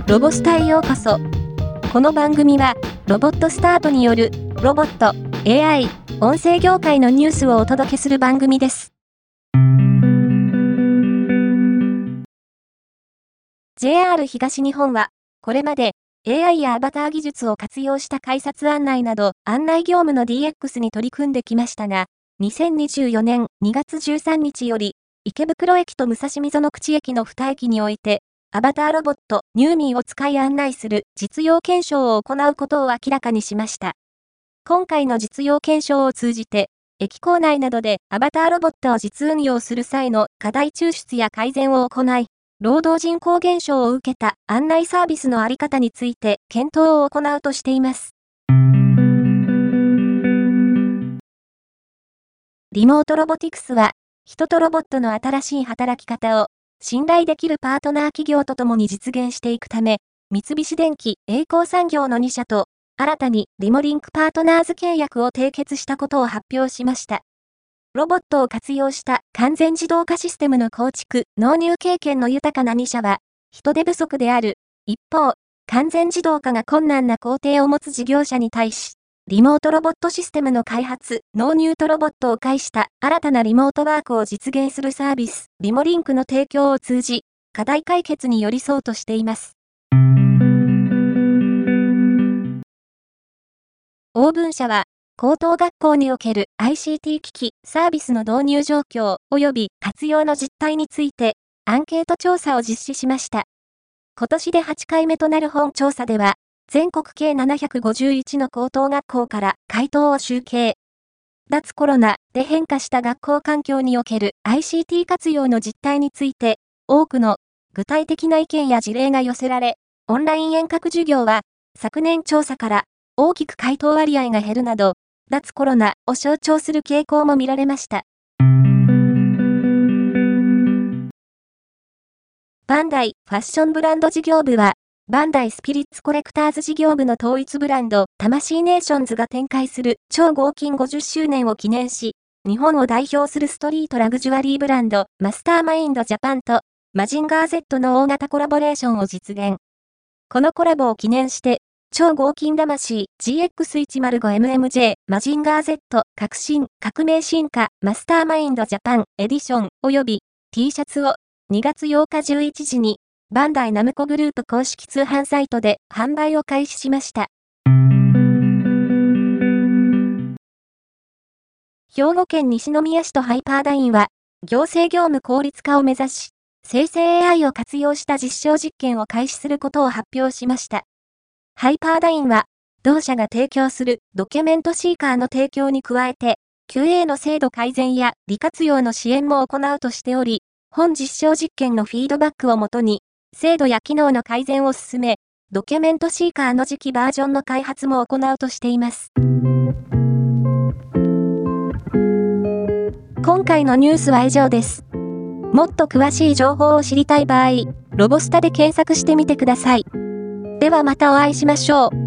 ロボスタへようこそ。この番組は、ロボットスタートによる、ロボット、AI、音声業界のニュースをお届けする番組です。JR 東日本は、これまで、AI やアバター技術を活用した改札案内など、案内業務の DX に取り組んできましたが、2024年2月13日より、池袋駅と武蔵溝の口駅の2駅において、アバターロボット、ニューミーを使い案内する実用検証を行うことを明らかにしました。今回の実用検証を通じて、駅構内などでアバターロボットを実運用する際の課題抽出や改善を行い、労働人口減少を受けた案内サービスのあり方について検討を行うとしています。リモートロボティクスは、人とロボットの新しい働き方を、信頼できるパートナー企業とともに実現していくため、三菱電機、栄光産業の2社と、新たにリモリンクパートナーズ契約を締結したことを発表しました。ロボットを活用した完全自動化システムの構築、納入経験の豊かな2社は、人手不足である。一方、完全自動化が困難な工程を持つ事業者に対し、リモートロボットシステムの開発、納入とロボットを介した新たなリモートワークを実現するサービス、リモリンクの提供を通じ、課題解決に寄り添うとしています。オーブン社は、高等学校における ICT 機器、サービスの導入状況及び活用の実態について、アンケート調査を実施しました。今年で8回目となる本調査では、全国計751の高等学校から回答を集計。脱コロナで変化した学校環境における ICT 活用の実態について、多くの具体的な意見や事例が寄せられ、オンライン遠隔授業は昨年調査から大きく回答割合が減るなど、脱コロナを象徴する傾向も見られました。バンダイファッションブランド事業部は、バンダイスピリッツコレクターズ事業部の統一ブランド、魂ネーションズが展開する超合金50周年を記念し、日本を代表するストリートラグジュアリーブランド、マスターマインドジャパンと、マジンガー Z の大型コラボレーションを実現。このコラボを記念して、超合金魂 GX105MMJ マジンガー Z 革新革命進化マスターマインドジャパンエディション及び T シャツを2月8日11時にバンダイナムコグループ公式通販サイトで販売を開始しました。兵庫県西宮市とハイパーダインは行政業務効率化を目指し生成 AI を活用した実証実験を開始することを発表しました。ハイパーダインは、同社が提供するドキュメントシーカーの提供に加えて、QA の精度改善や利活用の支援も行うとしており、本実証実験のフィードバックをもとに、精度や機能の改善を進め、ドキュメントシーカーの次期バージョンの開発も行うとしています。今回のニュースは以上です。もっと詳しい情報を知りたい場合、ロボスタで検索してみてください。ではまたお会いしましょう。